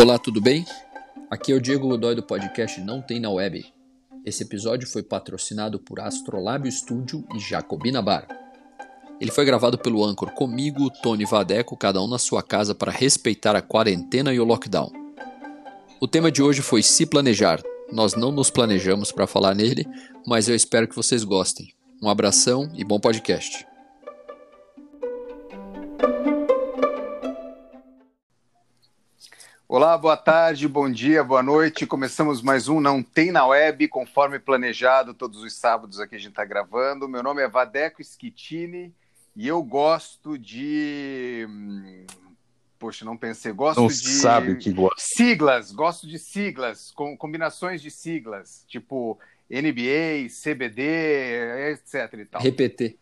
Olá, tudo bem? Aqui é o Diego Godoy do podcast Não Tem Na Web. Esse episódio foi patrocinado por Astrolábio Studio e Jacobina Bar. Ele foi gravado pelo Anchor comigo, Tony Vadeco, cada um na sua casa para respeitar a quarentena e o lockdown. O tema de hoje foi se planejar. Nós não nos planejamos para falar nele, mas eu espero que vocês gostem. Um abração e bom podcast. Olá, boa tarde, bom dia, boa noite. Começamos mais um Não Tem Na Web, conforme planejado, todos os sábados aqui a gente está gravando. Meu nome é Vadeco Schettini e eu gosto de... Poxa, não pensei. Não sabe que gosta. Siglas, gosto de siglas, combinações de siglas, tipo NBA, CBD, etc e tal. Repetir.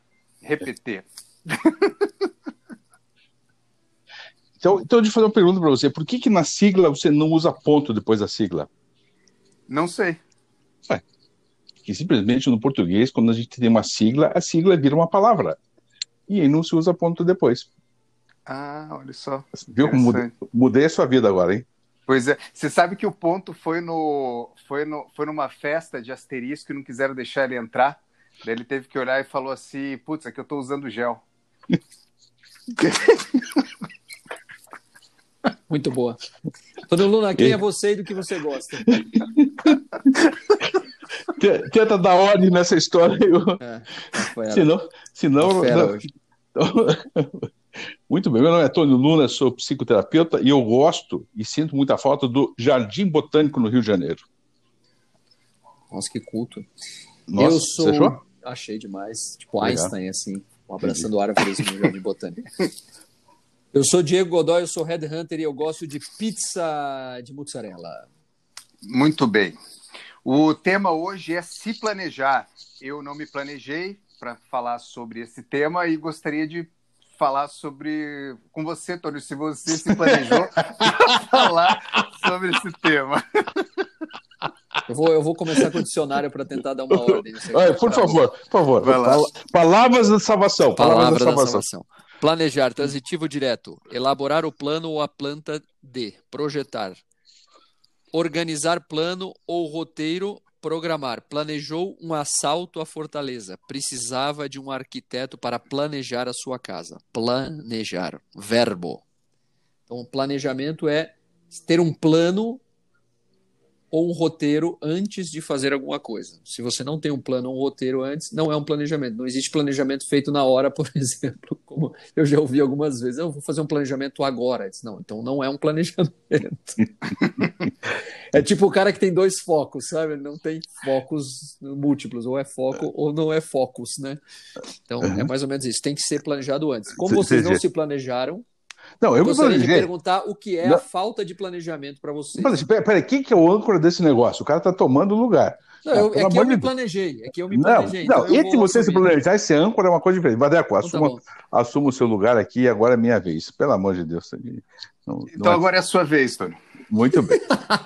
Então, deixa eu fazer uma pergunta para você. Por que na sigla você não usa ponto depois da sigla? Não sei. Porque simplesmente no português, quando a gente tem uma sigla, a sigla vira uma palavra. E aí não se usa ponto depois. Ah, olha só. Viu como mudei a sua vida agora, hein? Pois é. Você sabe que o ponto foi numa festa de asterisco e não quiseram deixar ele entrar. Daí ele teve que olhar e falou assim, putz, aqui eu tô usando gel. Muito boa. Tony Luna, quem é você e do que você gosta? Tenta dar ordem nessa história. Senão Muito bem, meu nome é Tony Luna, sou psicoterapeuta e eu gosto e sinto muita falta do Jardim Botânico no Rio de Janeiro. Nossa, que culto. Nossa, eu sou... você achou? Achei demais. Tipo Einstein, assim, abraçando árvores no Jardim Botânico. Eu sou Diego Godoy, eu sou headhunter e eu gosto de pizza de mozzarella. Muito bem. O tema hoje é se planejar. Eu não me planejei para falar sobre esse tema e gostaria de falar com você, Tony, se você se planejou para falar sobre esse tema. Eu vou começar com o dicionário para tentar dar uma ordem. Por favor. Palavras da salvação. Palavras da salvação. Planejar, transitivo direto. Elaborar o plano ou a planta de. Projetar. Organizar plano ou roteiro. Programar. Planejou um assalto à fortaleza. Precisava de um arquiteto para planejar a sua casa. Planejar. Verbo. Então, planejamento é ter um plano ou um roteiro antes de fazer alguma coisa. Se você não tem um plano ou um roteiro antes, não é um planejamento. Não existe planejamento feito na hora, por exemplo, como eu já ouvi algumas vezes. Eu vou fazer um planejamento agora. Eu disse, não, então não é um planejamento. É tipo o cara que tem dois focos, sabe? Não tem focos múltiplos, ou é foco ou não é focus, né? Então, é mais ou menos isso. Tem que ser planejado antes. Como vocês não se planejaram, não, eu gostaria de perguntar o que é a falta de planejamento para vocês. Peraí, quem que é o âncora desse negócio? O cara está tomando lugar. É que eu me planejei. Não, entre você se planejar e ser âncora é uma coisa diferente. Vadeco, assuma o seu lugar aqui e agora é minha vez. Pelo amor de Deus. Então agora é a sua vez, Tony. Muito bem.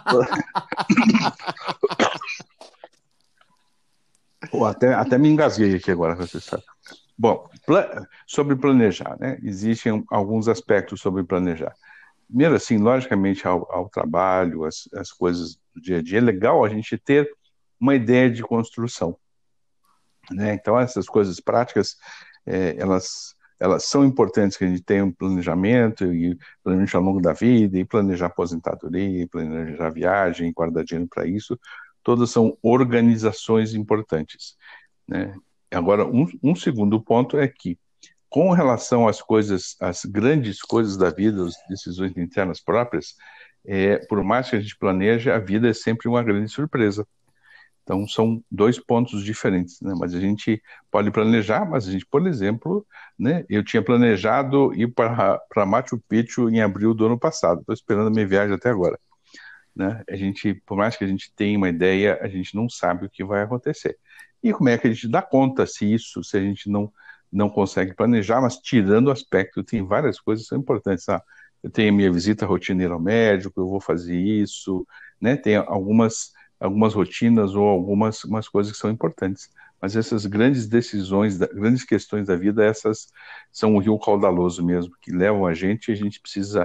Até me engasguei aqui agora, você sabe. Bom, sobre planejar, né? Existem alguns aspectos sobre planejar. Primeiro, assim, logicamente, ao trabalho, as coisas do dia a dia, é legal a gente ter uma ideia de construção, né? Então, essas coisas práticas, elas são importantes que a gente tenha um planejamento ao longo da vida, e planejar aposentadoria, e planejar viagem, guardar dinheiro para isso. Todas são organizações importantes, né? Agora, um segundo ponto é que, com relação às grandes coisas da vida, as decisões internas próprias, por mais que a gente planeje, a vida é sempre uma grande surpresa. Então, são dois pontos diferentes, né? Mas a gente pode planejar, mas a gente, por exemplo, né, eu tinha planejado ir para Machu Picchu em abril do ano passado. Estou esperando a minha viagem até agora, né? Por mais que a gente tenha uma ideia, a gente não sabe o que vai acontecer. E como é que a gente dá conta se a gente não consegue planejar, mas tirando o aspecto, tem várias coisas que são importantes. Eu tenho a minha visita rotineira ao médico, eu vou fazer isso, né? Tem algumas rotinas ou algumas coisas que são importantes. Mas essas grandes decisões, grandes questões da vida, essas são um rio caudaloso mesmo, que levam a gente precisa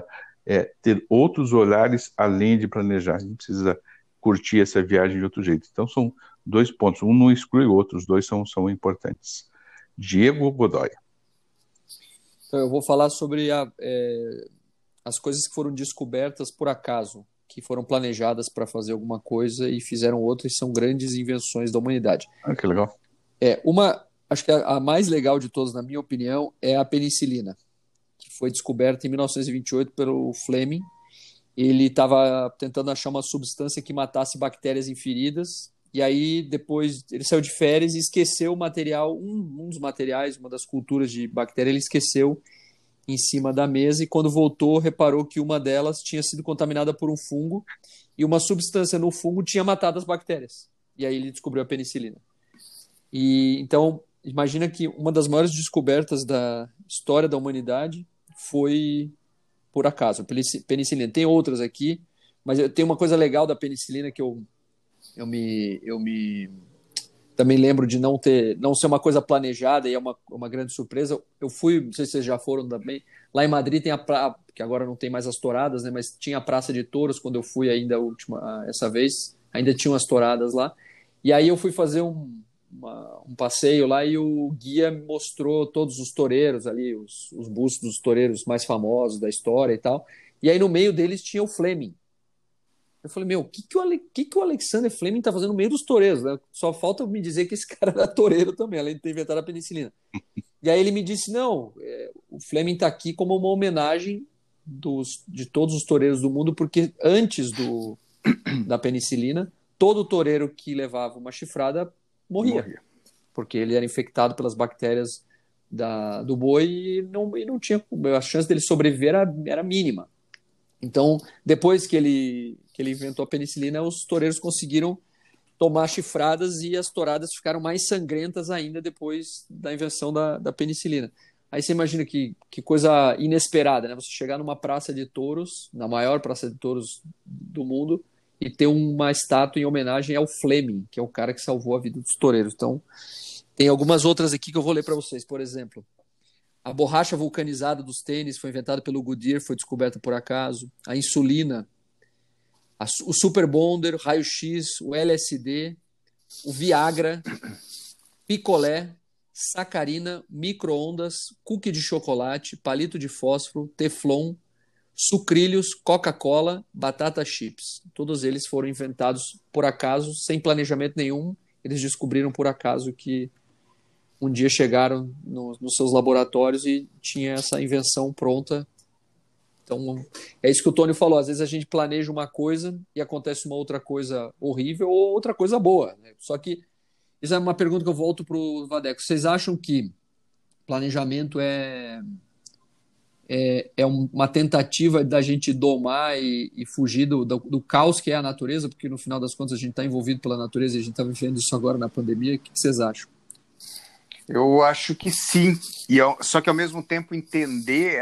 é ter outros olhares além de planejar. A gente precisa curtir essa viagem de outro jeito. Então, são 2 pontos. Um não exclui o outro, os dois são importantes. Diego Godoy. Então, eu vou falar sobre as coisas que foram descobertas por acaso, que foram planejadas para fazer alguma coisa e fizeram outra, e são grandes invenções da humanidade. Ah, que legal. Acho que a mais legal de todas, na minha opinião, é a penicilina, que foi descoberta em 1928 pelo Fleming. Ele estava tentando achar uma substância que matasse bactérias em feridas, e aí depois ele saiu de férias e esqueceu o material, um dos materiais, uma das culturas de bactéria, ele esqueceu em cima da mesa, e quando voltou reparou que uma delas tinha sido contaminada por um fungo, e uma substância no fungo tinha matado as bactérias. E aí ele descobriu a penicilina. E então, imagina que uma das maiores descobertas da história da humanidade foi por acaso, penicilina. Tem outras aqui, mas tem uma coisa legal da penicilina que eu me também lembro de não ser uma coisa planejada, e é uma grande surpresa. Eu fui, não sei se vocês já foram também, lá em Madrid tem que agora não tem mais as touradas, né, mas tinha a Praça de Touros quando eu fui ainda essa vez, ainda tinham as touradas lá. E aí eu fui fazer um passeio lá, e o guia me mostrou todos os toureiros ali, os bustos dos toureiros mais famosos da história e tal. E aí no meio deles tinha o Fleming. Eu falei, meu, o que o Alexander Fleming tá fazendo no meio dos toureiros, né? Só falta me dizer que esse cara era toureiro também, além de ter inventado a penicilina. E aí ele me disse, não, o Fleming tá aqui como uma homenagem de todos os toureiros do mundo, porque antes da penicilina, todo toureiro que levava uma chifrada morria. Porque ele era infectado pelas bactérias do boi, e não tinha, a chance dele sobreviver era mínima. Então, depois que ele inventou a penicilina, os toureiros conseguiram tomar chifradas, e as touradas ficaram mais sangrentas ainda depois da invenção da penicilina. Aí você imagina que coisa inesperada, né? Você chegar numa praça de touros, na maior praça de touros do mundo, e ter uma estátua em homenagem ao Fleming, que é o cara que salvou a vida dos toureiros. Então, tem algumas outras aqui que eu vou ler para vocês. Por exemplo, a borracha vulcanizada dos tênis foi inventada pelo Goodyear, foi descoberta por acaso. A insulina, o Super Bonder, raio-x, o LSD, o Viagra, picolé, sacarina, micro-ondas, cookie de chocolate, palito de fósforo, teflon, sucrilhos, Coca-Cola, batata chips. Todos eles foram inventados por acaso, sem planejamento nenhum. Eles descobriram por acaso que um dia chegaram nos seus laboratórios e tinha essa invenção pronta. Então, é isso que o Tony falou. Às vezes a gente planeja uma coisa e acontece uma outra coisa horrível ou outra coisa boa, né? Só que isso é uma pergunta que eu volto para o Vadeco. Vocês acham que planejamento é uma tentativa da gente domar e fugir do caos que é a natureza? Porque no final das contas a gente está envolvido pela natureza, e a gente está vivendo isso agora na pandemia. O que vocês acham? Eu acho que sim, só que ao mesmo tempo entender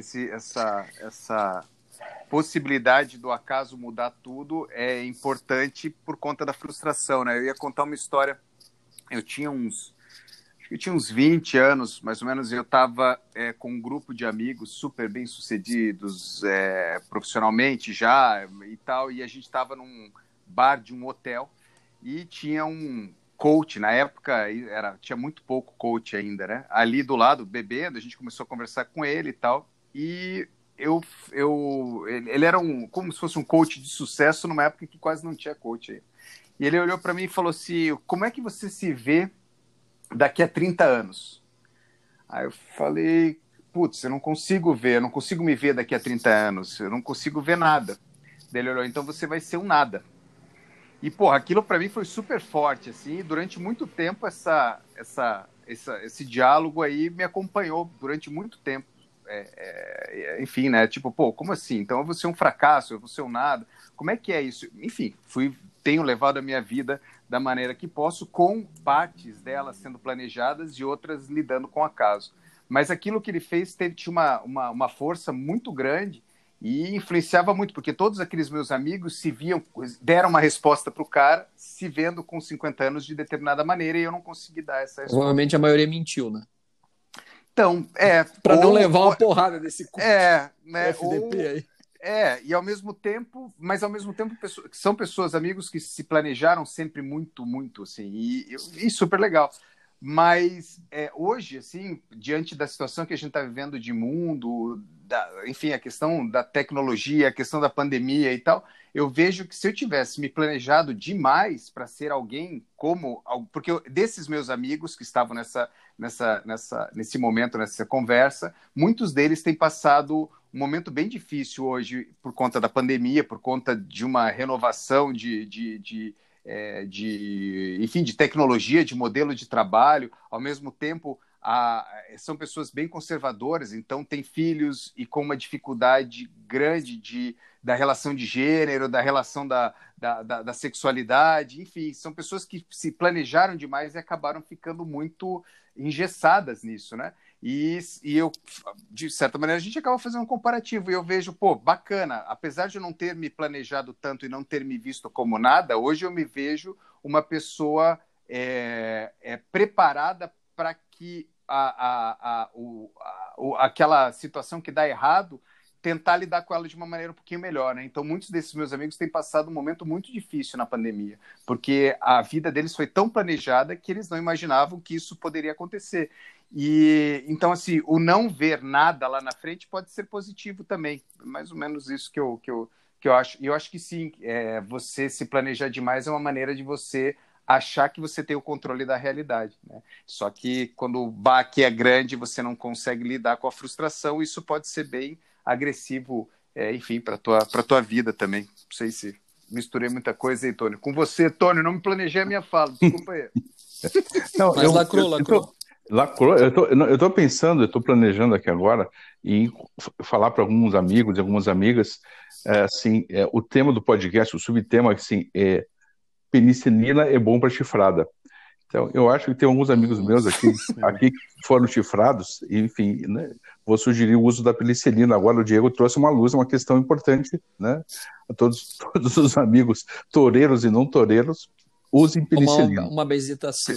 essa possibilidade do acaso mudar tudo é importante por conta da frustração, né? Eu ia contar uma história, eu tinha uns 20 anos, mais ou menos, e eu estava com um grupo de amigos super bem-sucedidos profissionalmente já e tal, e a gente estava num bar de um hotel, e tinha um coach, na época tinha muito pouco coach ainda, né? Ali do lado, bebendo, a gente começou a conversar com ele e tal, e ele era como se fosse um coach de sucesso numa época que quase não tinha coach aí. E ele olhou para mim e falou assim, como é que você se vê daqui a 30 anos? Aí eu falei, putz, eu não consigo me ver daqui a 30 anos, eu não consigo ver nada. Daí ele olhou, então você vai ser um nada. E, porra, aquilo para mim foi super forte, assim, e durante muito tempo esse diálogo aí me acompanhou durante muito tempo. Enfim, né, tipo, pô, como assim? Então eu vou ser um fracasso, eu vou ser um nada. Como é que é isso? Enfim, tenho levado a minha vida da maneira que posso, com partes delas sendo planejadas e outras lidando com o acaso. Mas aquilo que ele fez tinha uma força muito grande e influenciava muito, porque todos aqueles meus amigos deram uma resposta para o cara, se vendo com 50 anos de determinada maneira, e eu não consegui dar essa resposta. Provavelmente a maioria mentiu, né? Então, para não levar uma porrada desse né, FDP aí. E ao mesmo tempo, são pessoas, amigos que se planejaram sempre muito, muito, assim, e super legal. Mas hoje, assim, diante da situação que a gente está vivendo de mundo, enfim, a questão da tecnologia, a questão da pandemia e tal, eu vejo que se eu tivesse me planejado demais para ser alguém porque desses meus amigos que estavam nesse momento, nessa conversa, muitos deles têm passado um momento bem difícil hoje por conta da pandemia, por conta de uma renovação enfim, de tecnologia, de modelo de trabalho. Ao mesmo tempo, são pessoas bem conservadoras, então têm filhos e com uma dificuldade grande da relação de gênero, da relação da sexualidade, enfim, são pessoas que se planejaram demais e acabaram ficando muito engessadas nisso, né? E eu, de certa maneira, a gente acaba fazendo um comparativo e eu vejo, bacana, apesar de eu não ter me planejado tanto e não ter me visto como nada, hoje eu me vejo uma pessoa preparada para que aquela situação que dá errado, tentar lidar com ela de uma maneira um pouquinho melhor, né? Então, muitos desses meus amigos têm passado um momento muito difícil na pandemia, porque a vida deles foi tão planejada que eles não imaginavam que isso poderia acontecer. E então, assim, o não ver nada lá na frente pode ser positivo também. Mais ou menos isso que eu acho. E eu acho que sim, você se planejar demais é uma maneira de você achar que você tem o controle da realidade, né? Só que quando o baque é grande, você não consegue lidar com a frustração, isso pode ser bem agressivo, enfim, para tua vida também. Não sei se misturei muita coisa aí, Tony. Com você, Tony, não me planejei a minha fala, desculpa aí. Não, mas lacrou. Lacrou. Eu estou pensando, eu estou planejando aqui agora em falar para alguns amigos e algumas amigas, assim, o tema do podcast, o subtema, assim, penicilina é bom para chifrada. Então, eu acho que tem alguns amigos meus aqui que foram chifrados, e, enfim, né, vou sugerir o uso da penicilina. Agora o Diego trouxe uma luz, uma questão importante, né? A todos os amigos toureiros e não toureiros, usem penicilina. Uma bezetacil.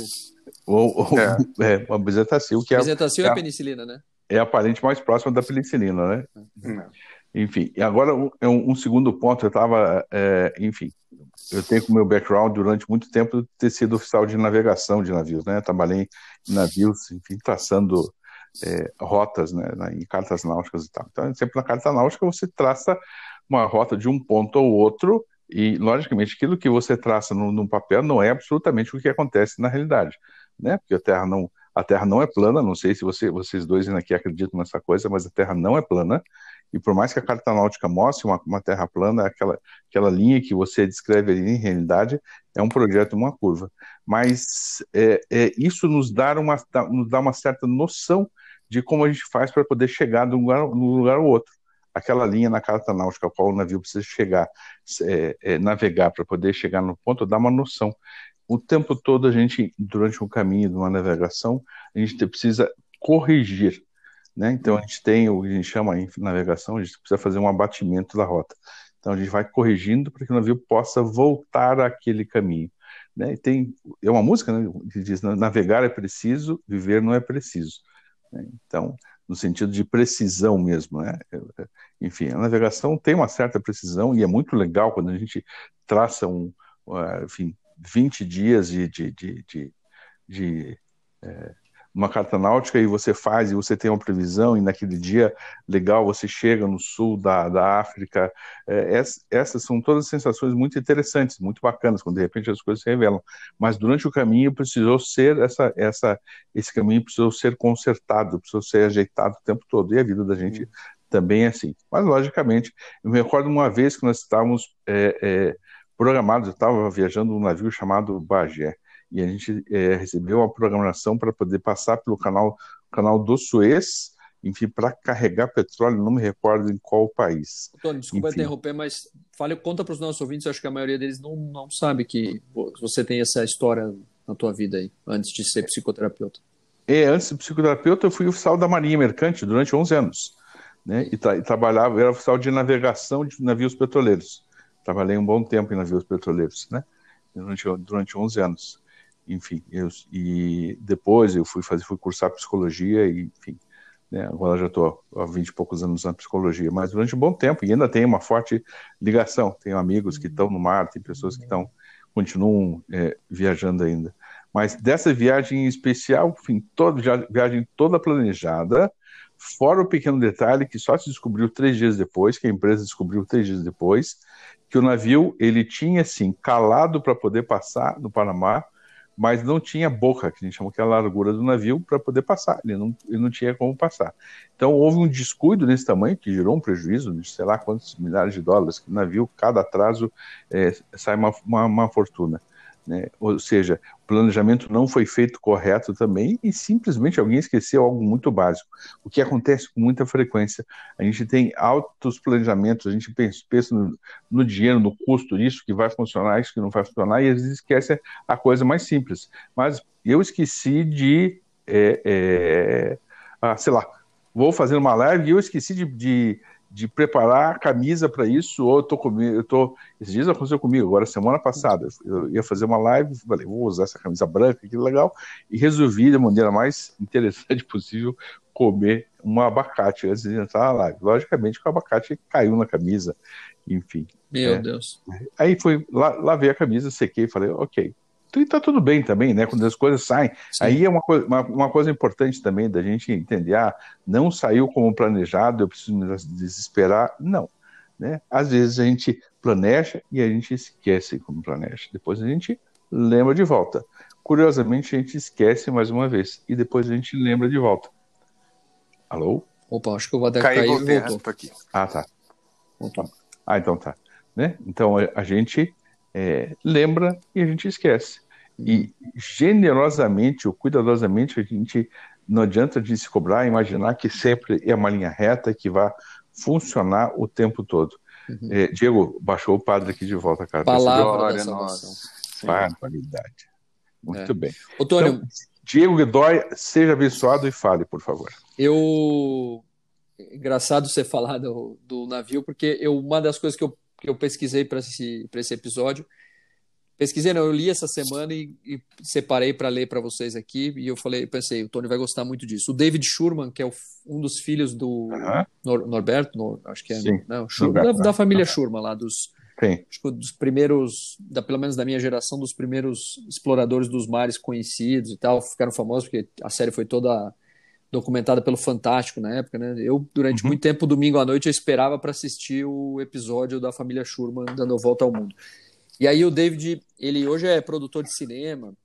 Uma bezetacil, que bezetacil é penicilina, né? É a parente mais próxima da penicilina, né? Enfim, e agora um segundo ponto, eu estava, enfim, eu tenho como meu background durante muito tempo ter sido oficial de navegação de navios, né? Trabalhei em navios, enfim, traçando rotas, né, em cartas náuticas e tal. Então, sempre na carta náutica você traça uma rota de um ponto ao outro e, logicamente, aquilo que você traça no papel não é absolutamente o que acontece na realidade, né? Porque a Terra não é plana, não sei se vocês dois aqui acreditam nessa coisa, mas a Terra não é plana, e por mais que a carta náutica mostre uma Terra plana, aquela linha que você descreve ali em realidade é um projeto, uma curva. Mas isso nos dá uma certa noção de como a gente faz para poder chegar de um lugar ao outro. Aquela linha na carta náutica, a qual o navio precisa chegar, navegar para poder chegar no ponto, dá uma noção. O tempo todo a gente, durante um caminho de uma navegação, a gente precisa corrigir, né? Então a gente tem o que a gente chama em navegação, a gente precisa fazer um abatimento da rota. Então a gente vai corrigindo para que o navio possa voltar àquele caminho, né? É uma música, né, que diz: navegar é preciso, viver não é preciso, né? Então, no sentido de precisão mesmo, né? Enfim, a navegação tem uma certa precisão e é muito legal quando a gente traça enfim, 20 dias de uma carta náutica e você faz e você tem uma previsão e naquele dia legal você chega no sul da África. Essas são todas sensações muito interessantes, muito bacanas, quando de repente as coisas se revelam. Mas durante o caminho precisou ser esse caminho precisou ser consertado, precisou ser ajeitado o tempo todo, e a vida da gente também é assim. Mas logicamente, eu me recordo uma vez que nós estávamos programados, eu estava viajando num navio chamado Bagé, e a gente recebeu uma programação para poder passar pelo canal do Suez, enfim, para carregar petróleo, não me recordo em qual país. Antônio, desculpa interromper, mas conta para os nossos ouvintes, eu acho que a maioria deles não sabe que você tem essa história na tua vida aí, antes de ser psicoterapeuta. Antes de psicoterapeuta, eu fui oficial da Marinha Mercante durante 11 anos, né? E trabalhava, era oficial de navegação de navios petroleiros. Trabalhei um bom tempo em navios petroleiros, né? Durante 11 anos. Enfim, e depois eu fui cursar psicologia e, enfim, né? Agora já estou há 20 e poucos anos na psicologia, mas durante um bom tempo, e ainda tem uma forte ligação. Tenho amigos que estão no mar, tem pessoas que continuam viajando ainda. Mas dessa viagem em especial, enfim, viagem toda planejada, fora o pequeno detalhe que só se descobriu 3 dias depois, que a empresa descobriu 3 dias depois, que o navio ele tinha assim calado para poder passar no Panamá, mas não tinha boca, que a gente chama que é a largura do navio, para poder passar. Ele não tinha como passar. Então houve um descuido nesse tamanho que gerou um prejuízo de sei lá quantos milhares de dólares. Que o navio, cada atraso, sai uma fortuna. Né? Ou seja, o planejamento não foi feito correto também e simplesmente alguém esqueceu algo muito básico. O que acontece com muita frequência, a gente tem altos planejamentos, a gente pensa no dinheiro, no custo, isso que vai funcionar, isso que não vai funcionar, e às vezes esquece a coisa mais simples. Mas eu esqueci de, sei lá, vou fazer uma live e eu esqueci de preparar a camisa para isso, ou esses dias aconteceu comigo, agora semana passada, eu ia fazer uma live, falei, vou usar essa camisa branca, que legal, e resolvi da maneira mais interessante possível comer um abacate antes de entrar na live. Logicamente que o abacate caiu na camisa, enfim. Meu Deus. Aí lavei a camisa, sequei, falei, ok. E tá tudo bem também, né? Quando as coisas saem. Sim. Aí é uma coisa importante também da gente entender, não saiu como planejado, eu preciso me desesperar. Não. Né? Às vezes a gente planeja e a gente esquece como planeja. Depois a gente lembra de volta. Curiosamente, a gente esquece mais uma vez. E depois a gente lembra de volta. Alô? Opa, acho que eu vou cair e voltou. Aqui. Tá. Opa. Então tá. Né? Então a gente lembra e a gente esquece. E generosamente ou cuidadosamente a gente não adianta de se cobrar, imaginar que sempre é uma linha reta que vai funcionar o tempo todo. Diego, baixou o padre aqui de volta, cara. Palavra da salvação. Barbaridade. Muito bem. Ô, Tônio, então, Diego Godoy, seja abençoado e fale, por favor. Engraçado você falar do navio, porque uma das coisas que eu pesquisei para esse episódio, eu li essa semana e separei para ler para vocês aqui, e eu pensei, o Tony vai gostar muito disso. O David Schurman, que é um dos filhos do Norberto, acho que é, não, Norberto, da família Schurman, lá dos primeiros, pelo menos da minha geração, dos primeiros exploradores dos mares conhecidos e tal, ficaram famosos porque a série foi toda documentada pelo Fantástico na época, né? Eu, durante muito tempo, domingo à noite, eu esperava para assistir o episódio da família Schurman dando a volta ao mundo. E aí o David, ele hoje é produtor de cinema,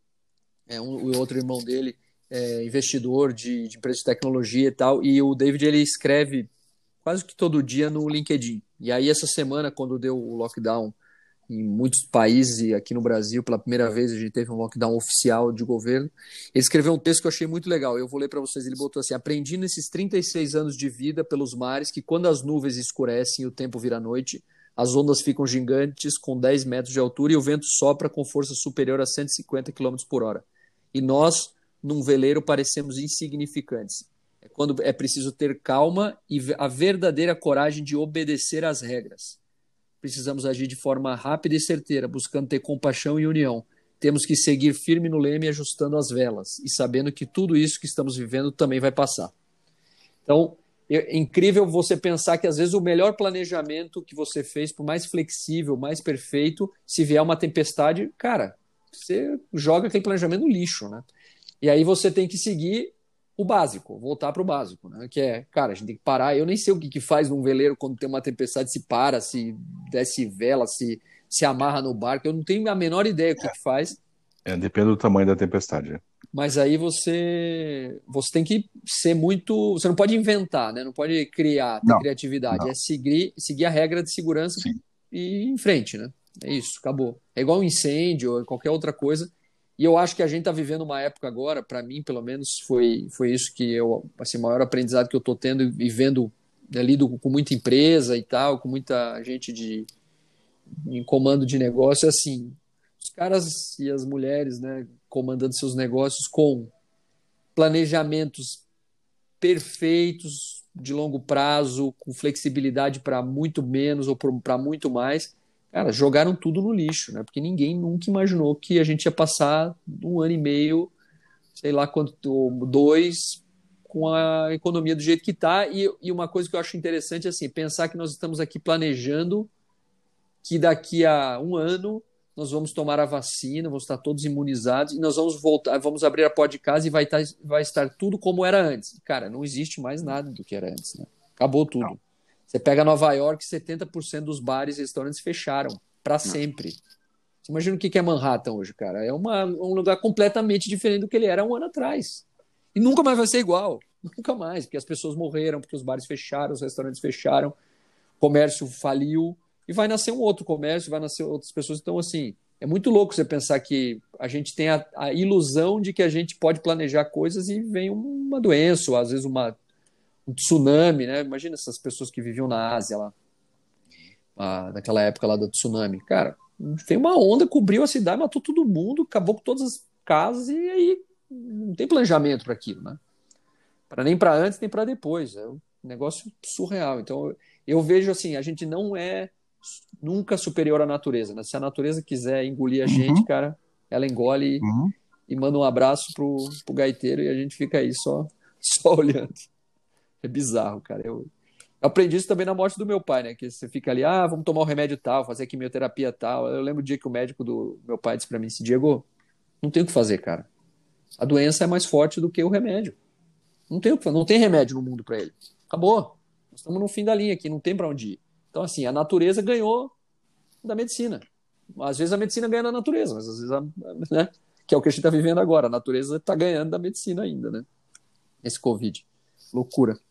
o outro irmão dele é investidor de empresa de tecnologia e tal, e o David, ele escreve quase que todo dia no LinkedIn. E aí essa semana, quando deu o lockdown em muitos países, e aqui no Brasil, pela primeira vez, a gente teve um lockdown oficial de governo, ele escreveu um texto que eu achei muito legal, eu vou ler para vocês, ele botou assim: aprendi nesses 36 anos de vida pelos mares que quando as nuvens escurecem e o tempo vira noite, as ondas ficam gigantes com 10 metros de altura e o vento sopra com força superior a 150 km por hora. E nós, num veleiro, parecemos insignificantes. É quando é preciso ter calma e a verdadeira coragem de obedecer às regras. Precisamos agir de forma rápida e certeira, buscando ter compaixão e união. Temos que seguir firme no leme e ajustando as velas, e sabendo que tudo isso que estamos vivendo também vai passar. Então, é incrível você pensar que às vezes o melhor planejamento que você fez, por mais flexível, mais perfeito, se vier uma tempestade, cara, você joga aquele planejamento no lixo, né? E aí você tem que seguir o básico, voltar para o básico, né? Que é, cara, a gente tem que parar. Eu nem sei o que faz num veleiro quando tem uma tempestade, se para, se desce vela, se amarra no barco. Eu não tenho a menor ideia o que faz. Depende do tamanho da tempestade. Mas aí você tem que ser muito... Você não pode inventar, né? Não pode criar, ter criatividade. Não. É seguir a regra de segurança e ir em frente, né? É isso, acabou. É igual um incêndio ou qualquer outra coisa. E eu acho que a gente está vivendo uma época agora, para mim, pelo menos, foi isso que assim, o maior aprendizado que eu estou tendo e vendo, lido com muita empresa e tal, com muita gente em comando de negócio, assim, os caras e as mulheres, né, comandando seus negócios com planejamentos perfeitos, de longo prazo, com flexibilidade para muito menos ou para muito mais. Cara, jogaram tudo no lixo, né? Porque ninguém nunca imaginou que a gente ia passar 1 ano e meio, sei lá quanto, 2, com a economia do jeito que está. E uma coisa que eu acho interessante é assim, pensar que nós estamos aqui planejando que daqui a um ano nós vamos tomar a vacina, vamos estar todos imunizados e nós vamos voltar, vamos abrir a porta de casa e vai estar tudo como era antes. Cara, não existe mais nada do que era antes, né? Acabou tudo. Não. Você pega Nova York, 70% dos bares e restaurantes fecharam para sempre. Você imagina o que é Manhattan hoje, cara? É um lugar completamente diferente do que ele era um ano atrás. E nunca mais vai ser igual. Nunca mais, porque as pessoas morreram, porque os bares fecharam, os restaurantes fecharam, o comércio faliu. E vai nascer um outro comércio, vai nascer outras pessoas. Então, assim, é muito louco você pensar que a gente tem a ilusão de que a gente pode planejar coisas e vem uma doença, ou às vezes um tsunami, né? Imagina essas pessoas que viviam na Ásia, lá, naquela época lá do tsunami. Cara, tem uma onda, cobriu a cidade, matou todo mundo, acabou com todas as casas e aí não tem planejamento para aquilo, né? Nem para antes, nem para depois. É um negócio surreal. Então, eu vejo assim, a gente não é nunca superior à natureza, né? Se a natureza quiser engolir a gente, cara, ela engole e manda um abraço pro gaiteiro e a gente fica aí só olhando. É bizarro, cara. Eu aprendi isso também na morte do meu pai, né? Que você fica ali, vamos tomar um remédio tal, fazer quimioterapia tal. Eu lembro o dia que o médico do meu pai disse pra mim assim, Diego, não tem o que fazer, cara. A doença é mais forte do que o remédio. Não tem remédio no mundo pra ele. Acabou. Nós estamos no fim da linha aqui, não tem pra onde ir. Então, assim, a natureza ganhou da medicina. Às vezes a medicina ganha da natureza, mas às vezes, né? Que é o que a gente está vivendo agora. A natureza está ganhando da medicina ainda, né? Esse Covid. Loucura.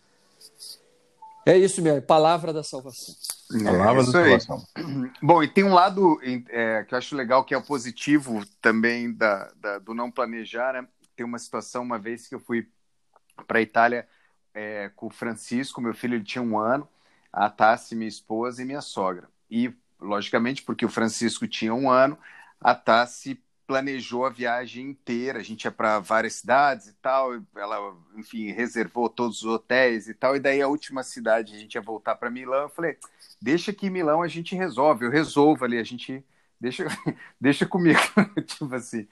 É isso, minha palavra da salvação. Palavra da salvação. Bom, e tem um lado que eu acho legal, que é o positivo também do não planejar, né? Tem uma situação, uma vez que eu fui para a Itália com o Francisco, meu filho, ele tinha 1 ano, a Tassi, minha esposa, e minha sogra. E, logicamente, porque o Francisco tinha 1 ano, a Tassi planejou a viagem inteira. A gente ia para várias cidades e tal. Ela, enfim, reservou todos os hotéis e tal. E daí a última cidade a gente ia voltar para Milão. Eu falei, deixa que em Milão a gente resolve. Eu resolvo ali, a gente deixa comigo. Tipo assim.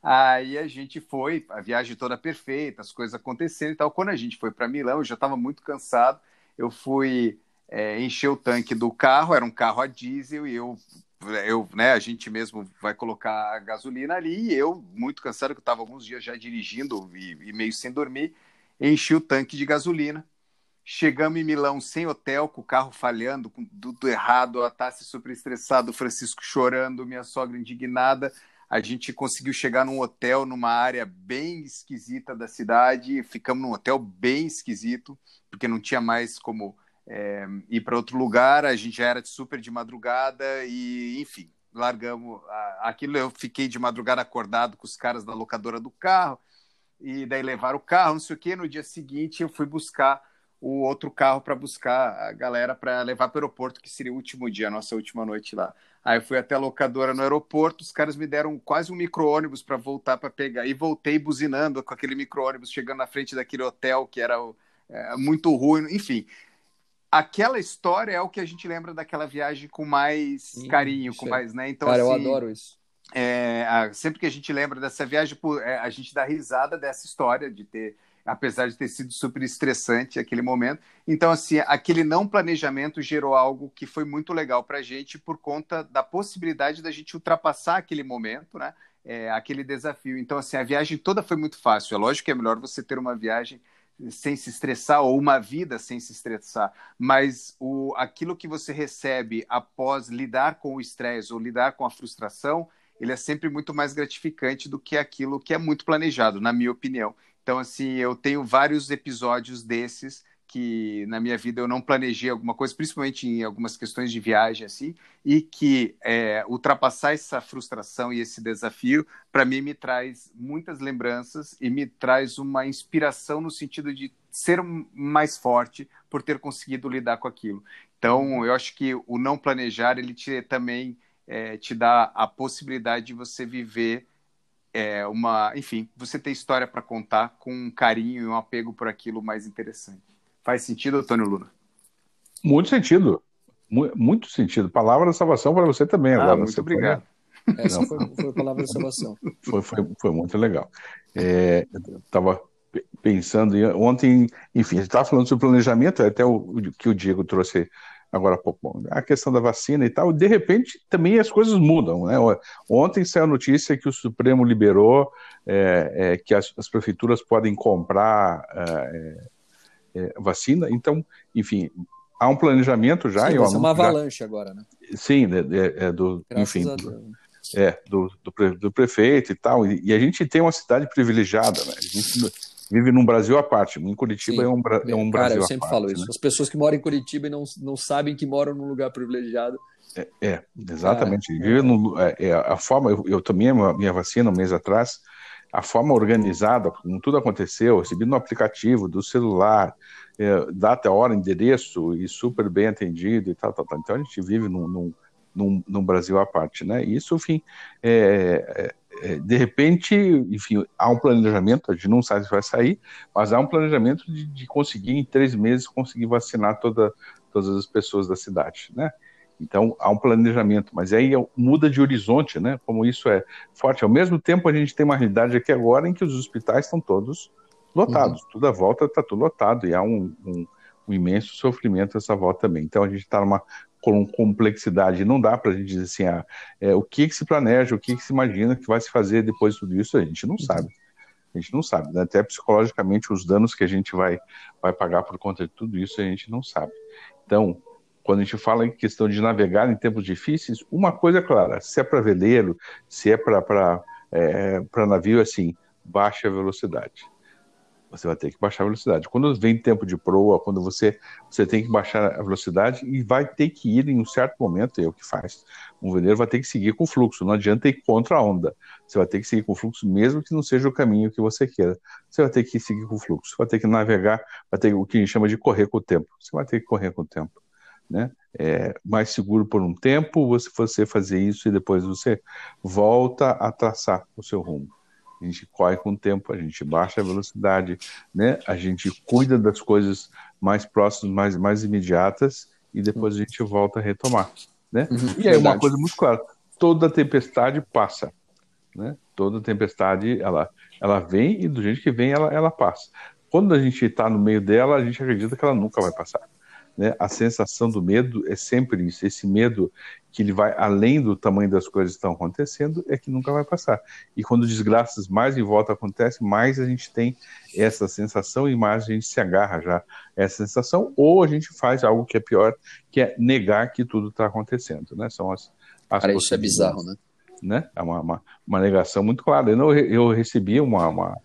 Aí a gente foi, a viagem toda perfeita, as coisas aconteceram e tal. Quando a gente foi para Milão, eu já estava muito cansado. Eu fui encher o tanque do carro, era um carro a diesel, e eu né, a gente mesmo vai colocar a gasolina ali, e eu, muito cansado, que eu estava alguns dias já dirigindo e meio sem dormir, enchi o tanque de gasolina. Chegamos em Milão sem hotel, com o carro falhando, com tudo errado, a Tassi super estressada, o Francisco chorando, minha sogra indignada. A gente conseguiu chegar num hotel numa área bem esquisita da cidade, ficamos num hotel bem esquisito, porque não tinha mais como ir para outro lugar, a gente já era super de madrugada e, enfim, largamos aquilo. Eu fiquei de madrugada acordado com os caras da locadora do carro, e daí levaram o carro, não sei o quê. No dia seguinte eu fui buscar o outro carro para buscar a galera para levar para o aeroporto, que seria o último dia, a nossa última noite lá. Aí eu fui até a locadora no aeroporto, os caras me deram quase um micro-ônibus para voltar para pegar, e voltei buzinando com aquele micro-ônibus, chegando na frente daquele hotel que era muito ruim, enfim. Aquela história é o que a gente lembra daquela viagem com mais carinho, com mais, né? Então, cara, assim, eu adoro isso. Sempre que a gente lembra dessa viagem, a gente dá risada dessa história apesar de ter sido super estressante aquele momento. Então, assim, aquele não planejamento gerou algo que foi muito legal para a gente por conta da possibilidade da gente ultrapassar aquele momento, né? Aquele desafio. Então, assim, a viagem toda foi muito fácil. É lógico que é melhor você ter uma viagem sem se estressar, ou uma vida sem se estressar, mas aquilo que você recebe após lidar com o estresse ou lidar com a frustração, ele é sempre muito mais gratificante do que aquilo que é muito planejado, na minha opinião. Então, assim, eu tenho vários episódios desses que na minha vida eu não planejei alguma coisa, principalmente em algumas questões de viagem, assim, e que ultrapassar essa frustração e esse desafio, para mim, me traz muitas lembranças e me traz uma inspiração no sentido de ser mais forte por ter conseguido lidar com aquilo. Então, eu acho que o não planejar, ele também te dá a possibilidade de você viver enfim, você ter história para contar com um carinho e um apego por aquilo mais interessante. Faz sentido, Antônio Luna? Muito sentido. Muito sentido. Palavra da salvação para você também agora. Muito obrigado. Essa foi a palavra da salvação. Foi muito legal. pensando ontem, enfim, a gente estava falando sobre planejamento, até o que o Diego trouxe agora há pouco, a questão da vacina e tal, de repente também as coisas mudam, né? Ontem saiu a notícia que o Supremo liberou que as prefeituras podem comprar vacina, então, enfim, há um planejamento já. Sim, vai ser uma avalanche agora, né? Sim, Graças a Deus. Do prefeito e tal, e a gente tem uma cidade privilegiada, né? A gente vive num Brasil à parte. Em Curitiba é um Brasil à parte. Cara, eu sempre falo isso. Né? As pessoas que moram em Curitiba e não sabem que moram num lugar privilegiado. Exatamente. A forma, eu tomei a minha vacina um mês atrás, a forma organizada, como tudo aconteceu, eu recebi no aplicativo do celular, data, hora, endereço, e super bem atendido e tal. Então a gente vive num Brasil à parte, né? E isso, enfim, de repente, enfim, há um planejamento, a gente não sabe se vai sair, mas há um planejamento de conseguir, em 3 meses, conseguir vacinar todas as pessoas da cidade, né? Então, há um planejamento, mas aí muda de horizonte, né? Como isso é forte. Ao mesmo tempo, a gente tem uma realidade aqui agora em que os hospitais estão todos lotados, tudo à volta está tudo lotado, e há um imenso sofrimento essa volta também. Então, a gente está com complexidade, não dá para a gente dizer assim, o que se planeja, o que se imagina que vai se fazer depois de tudo isso, a gente não sabe. A gente não sabe, né? Até psicologicamente, os danos que a gente vai pagar por conta de tudo isso, a gente não sabe. Então, quando a gente fala em questão de navegar em tempos difíceis, uma coisa é clara, se é para veleiro, se é para navio, assim, baixa a velocidade. Você vai ter que baixar a velocidade. Quando vem tempo de proa, quando você tem que baixar a velocidade e vai ter que ir em um certo momento, é o que faz. Um veleiro vai ter que seguir com o fluxo, não adianta ir contra a onda. Você vai ter que seguir com o fluxo, mesmo que não seja o caminho que você queira. Você vai ter que seguir com o fluxo, vai ter que navegar, vai ter o que a gente chama de correr com o tempo. Você vai ter que correr com o tempo. Né? É mais seguro por um tempo você fazer isso e depois você volta a traçar o seu rumo. A gente corre com o tempo, a gente baixa a velocidade, né? A gente cuida das coisas mais próximas, mais imediatas e depois a gente volta a retomar, né? E aí uma coisa muito clara, toda tempestade passa, né? Toda tempestade ela vem e do jeito que vem ela passa. Quando a gente está no meio dela, a gente acredita que ela nunca vai passar. Né? A sensação do medo é sempre isso, esse medo que ele vai além do tamanho das coisas que estão acontecendo, é que nunca vai passar. E quando desgraças mais em volta acontecem, mais a gente tem essa sensação e mais a gente se agarra já a essa sensação, ou a gente faz algo que é pior, que é negar que tudo está acontecendo. Né? São as Cara, isso é bizarro, né? É uma negação muito clara. Eu recebi um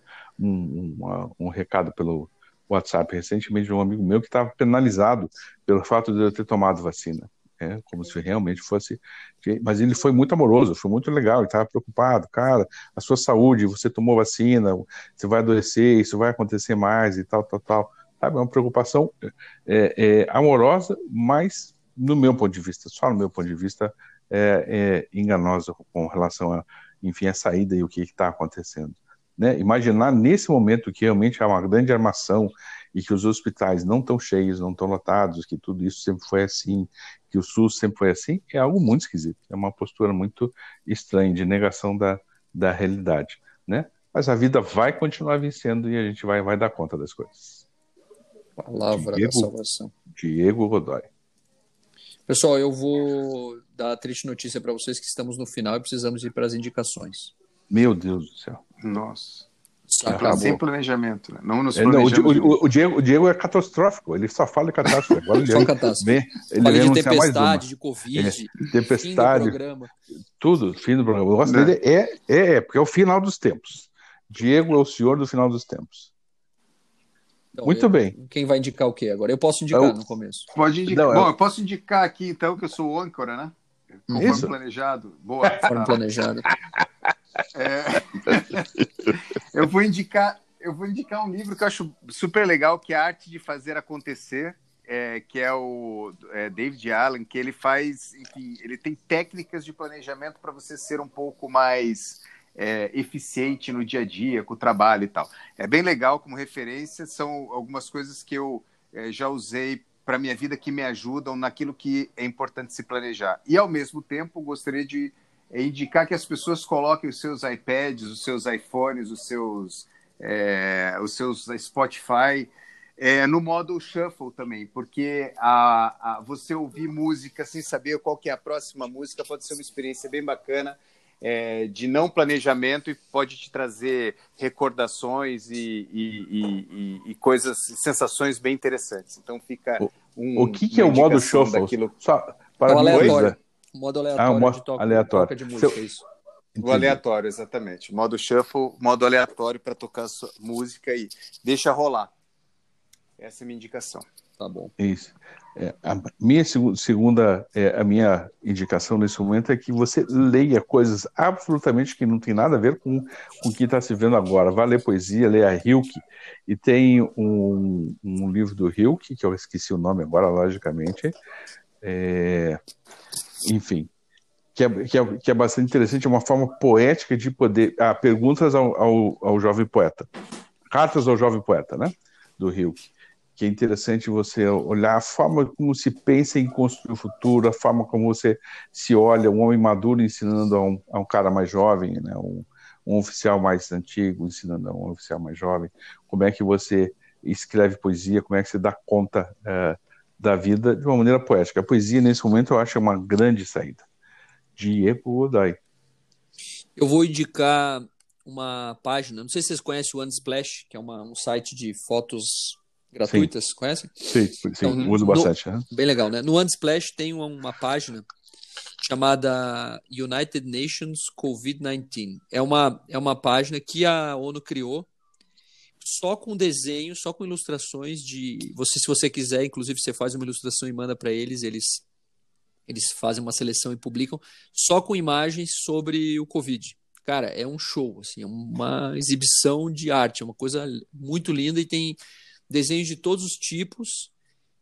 recado pelo WhatsApp recentemente de um amigo meu que estava penalizado pelo fato de eu ter tomado vacina, como se realmente fosse, mas ele foi muito amoroso, foi muito legal, ele estava preocupado, cara, a sua saúde, você tomou vacina, você vai adoecer, isso vai acontecer mais e tal, sabe, é uma preocupação amorosa, mas no meu ponto de vista, só no meu ponto de vista, enganosa com relação a, enfim, a saída e o que está acontecendo. Né? Imaginar nesse momento que realmente há uma grande armação e que os hospitais não estão cheios, não estão lotados, que tudo isso sempre foi assim, que o SUS sempre foi assim, é algo muito esquisito. É uma postura muito estranha de negação da realidade. Né? Mas a vida vai continuar vencendo e a gente vai dar conta das coisas. Palavra da salvação. Diego Godoy. Pessoal, eu vou dar a triste notícia para vocês que estamos no final e precisamos ir para as indicações. Meu Deus do céu. Nossa. Sem planejamento, né? Não nos planejamos. O Diego é catastrófico, ele só fala de catástrofe. Agora só catástrofe. Fala de tempestade, de Covid, tempestade, fim do programa. Tudo, fim do programa. O negócio dele porque é o final dos tempos. Diego é o senhor do final dos tempos. Então, muito bem. Quem vai indicar o quê agora? Eu posso indicar no começo. Pode indicar. Bom, eu posso indicar aqui, então, que eu sou o âncora, né? Conforme planejado. Boa. Conforme planejado. Eu vou indicar um livro que eu acho super legal, que é A Arte de Fazer Acontecer, que é o David Allen, que ele faz, enfim, ele tem técnicas de planejamento para você ser um pouco mais eficiente no dia a dia, com o trabalho e tal. É bem legal como referência, são algumas coisas que eu já usei para a minha vida que me ajudam naquilo que é importante se planejar. E, ao mesmo tempo, gostaria de indicar que as pessoas coloquem os seus iPads, os seus iPhones, os seus os seus Spotify, no modo shuffle também, porque você ouvir música sem saber qual que é a próxima música pode ser uma experiência bem bacana, de não planejamento, e pode te trazer recordações e coisas, sensações bem interessantes. Então fica o que é o modo shuffle? Daquilo... Só para aleatório. O modo aleatório de aleatório. de música, isso. Entendi. O aleatório, exatamente. Modo shuffle, modo aleatório para tocar sua música e deixa rolar. Essa é a minha indicação. Tá bom. Isso. A minha a minha indicação nesse momento é que você leia coisas absolutamente que não tem nada a ver com o que está se vendo agora. Vá ler poesia, leia Hilke. E tem um livro do Hilke, que eu esqueci o nome agora, logicamente. Enfim, que é bastante interessante, é uma forma poética de poder... perguntas ao jovem poeta. Cartas ao jovem poeta, né? Do Hilke. Que é interessante você olhar a forma como se pensa em construir o futuro, a forma como você se olha, um homem maduro ensinando a um cara mais jovem, né? Um oficial mais antigo ensinando a um oficial mais jovem, como é que você escreve poesia, como é que você dá conta da vida de uma maneira poética. A poesia, nesse momento, eu acho uma grande saída. Diego Godoy. Eu vou indicar uma página, não sei se vocês conhecem o Unsplash, que é um site de fotos gratuitas, sim. Conhecem? Sim, então, uso bastante. Bem legal, né? No Unsplash tem uma página chamada United Nations COVID-19. É uma página que a ONU criou só com desenhos, só com ilustrações se você quiser, inclusive você faz uma ilustração e manda para eles fazem uma seleção e publicam só com imagens sobre o Covid. Cara, é um show, assim, é uma exibição de arte, é uma coisa muito linda e tem desenhos de todos os tipos,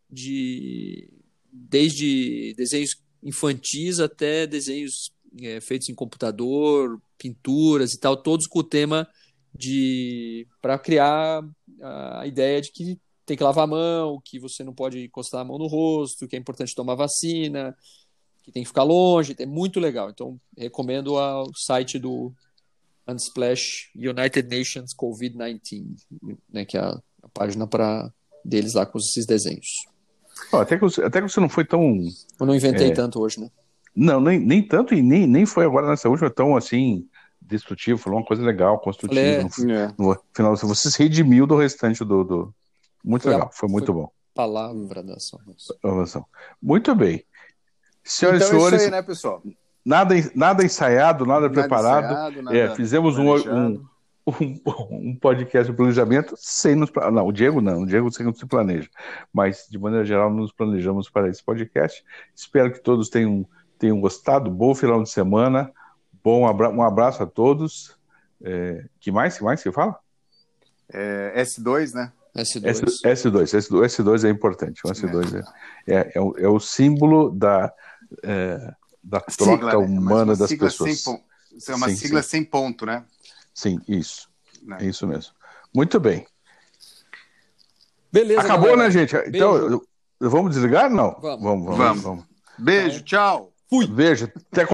desde desenhos infantis até desenhos feitos em computador, pinturas e tal, todos com o tema para criar a ideia de que tem que lavar a mão, que você não pode encostar a mão no rosto, que é importante tomar vacina, que tem que ficar longe, é muito legal. Então, recomendo o site do Unsplash United Nations COVID-19, né, que é a página deles lá com esses desenhos. Até que você não foi tão... Eu não inventei tanto hoje, né? Não, nem tanto, e nem foi agora nessa última tão assim destrutivo, falou uma coisa legal, construtiva. No final, você se redimiu do restante do... Muito legal, foi muito bom. Palavra da salvação. Muito bem. Senhoras então e senhores, é isso aí, né, pessoal? Nada ensaiado, nada preparado. Ensaiado, nada fizemos um podcast de planejamento sem nos... Não, o Diego não se planeja. Mas, de maneira geral, nos planejamos para esse podcast. Espero que todos tenham gostado. Bom final de semana. Um abraço a todos. Que mais que fala? S2, né? S2 é importante. O S2 é o símbolo da troca sigla, humana das pessoas. É uma sigla sem ponto, né? Sim, isso. É isso mesmo. Muito bem. Beleza. Acabou, galera. Né, gente? Então, vamos desligar? Não. Vamos. Beijo, tchau. Fui. Beijo. Até